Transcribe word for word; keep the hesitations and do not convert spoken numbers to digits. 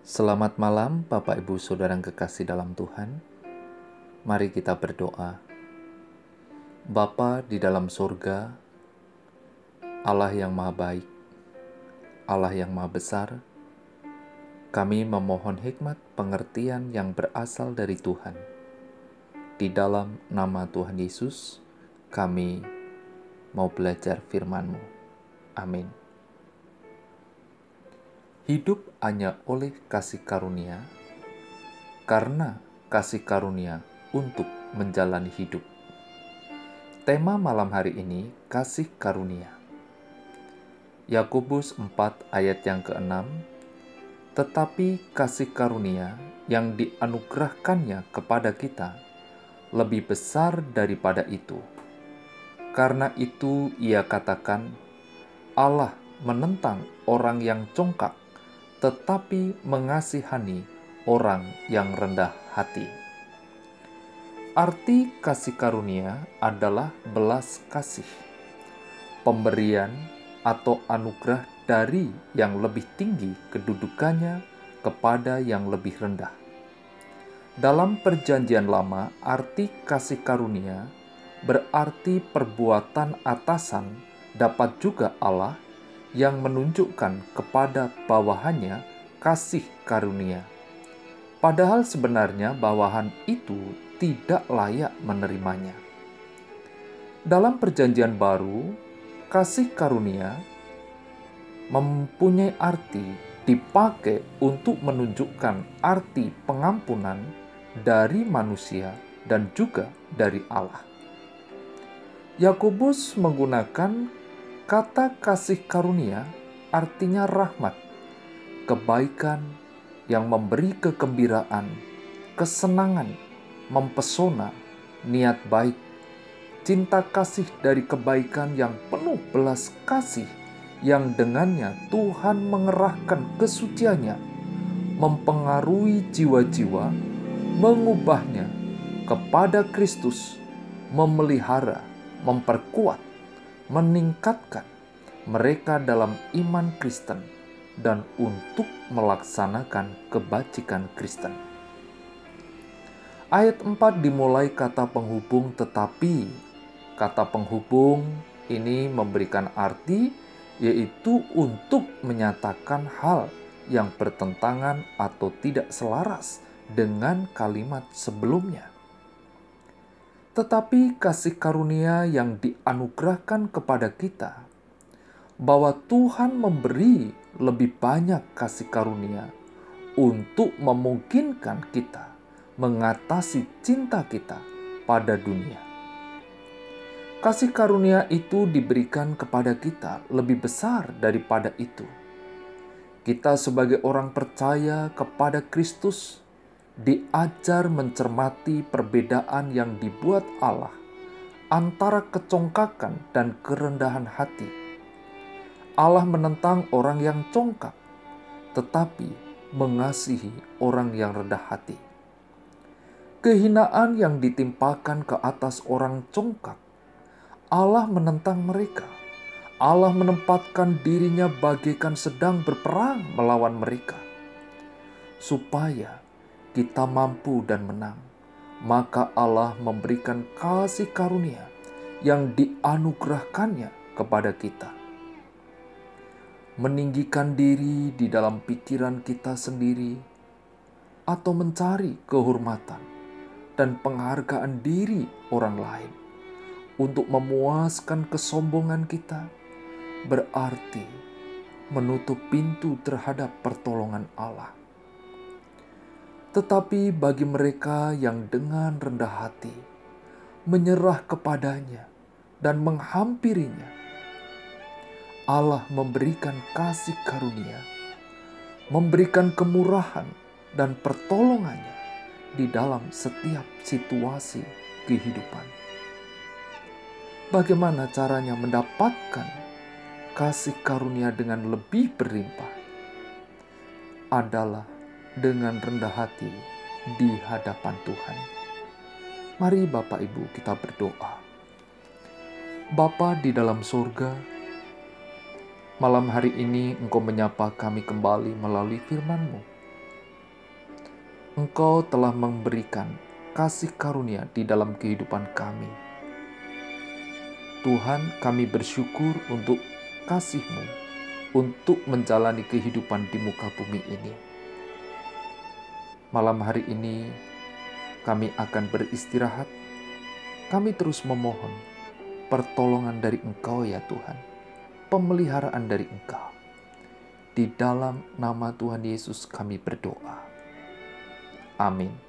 Selamat malam Bapak Ibu Saudara yang kekasih dalam Tuhan. Mari kita berdoa. Bapa di dalam surga, Allah yang maha baik, Allah yang maha besar, kami memohon hikmat pengertian yang berasal dari Tuhan. Di dalam nama Tuhan Yesus, kami mau belajar firman-Mu. Amin. Hidup hanya oleh kasih karunia, karena kasih karunia untuk menjalani hidup. Tema malam hari ini, kasih karunia. Yakobus empat ayat yang keenam, tetapi kasih karunia yang dianugerahkannya kepada kita lebih besar daripada itu. Karena itu ia katakan, Allah menentang orang yang congkak, tetapi mengasihani orang yang rendah hati. Arti kasih karunia adalah belas kasih, pemberian atau anugerah dari yang lebih tinggi kedudukannya kepada yang lebih rendah. Dalam Perjanjian Lama, arti kasih karunia berarti perbuatan atasan dapat juga Allah yang menunjukkan kepada bawahannya kasih karunia. Padahal sebenarnya bawahan itu tidak layak menerimanya. Dalam Perjanjian Baru, kasih karunia mempunyai arti dipakai untuk menunjukkan arti pengampunan dari manusia dan juga dari Allah. Yakobus menggunakan kata kasih karunia, artinya rahmat, kebaikan yang memberi kegembiraan, kesenangan, mempesona, niat baik, cinta kasih dari kebaikan yang penuh belas kasih, yang dengannya Tuhan mengerahkan kesuciannya, mempengaruhi jiwa-jiwa, mengubahnya kepada Kristus, memelihara, memperkuat, meningkatkan mereka dalam iman Kristen dan untuk melaksanakan kebajikan Kristen. Ayat empat dimulai kata penghubung tetapi. Kata penghubung ini memberikan arti yaitu untuk menyatakan hal yang bertentangan atau tidak selaras dengan kalimat sebelumnya. Tetapi kasih karunia yang dianugerahkan kepada kita, bahwa Tuhan memberi lebih banyak kasih karunia untuk memungkinkan kita mengatasi cinta kita pada dunia. Kasih karunia itu diberikan kepada kita lebih besar daripada itu. Kita sebagai orang percaya kepada Kristus diajar mencermati perbedaan yang dibuat Allah antara kecongkakan dan kerendahan hati. Allah menentang orang yang congkak, tetapi mengasihi orang yang rendah hati. Kehinaan yang ditimpakan ke atas orang congkak, Allah menentang mereka. Allah menempatkan dirinya bagaikan sedang berperang melawan mereka, supaya kita mampu dan menang. Maka Allah memberikan kasih karunia yang dianugerahkannya kepada kita. Meninggikan diri di dalam pikiran kita sendiri atau mencari kehormatan dan penghargaan diri orang lain untuk memuaskan kesombongan kita berarti menutup pintu terhadap pertolongan Allah. Tetapi bagi mereka yang dengan rendah hati menyerah kepadanya dan menghampirinya, Allah memberikan kasih karunia, memberikan kemurahan dan pertolongannya di dalam setiap situasi kehidupan. Bagaimana caranya mendapatkan kasih karunia dengan lebih berlimpah? Adalah dengan rendah hati di hadapan Tuhan. Mari Bapak Ibu kita berdoa. Bapa di dalam surga, malam hari ini Engkau menyapa kami kembali melalui firman-Mu. Engkau telah memberikan kasih karunia di dalam kehidupan kami. Tuhan, kami bersyukur untuk kasih-Mu untuk menjalani kehidupan di muka bumi ini. Malam hari ini kami akan beristirahat. Kami terus memohon pertolongan dari Engkau ya Tuhan, pemeliharaan dari Engkau. Di dalam nama Tuhan Yesus kami berdoa. Amin.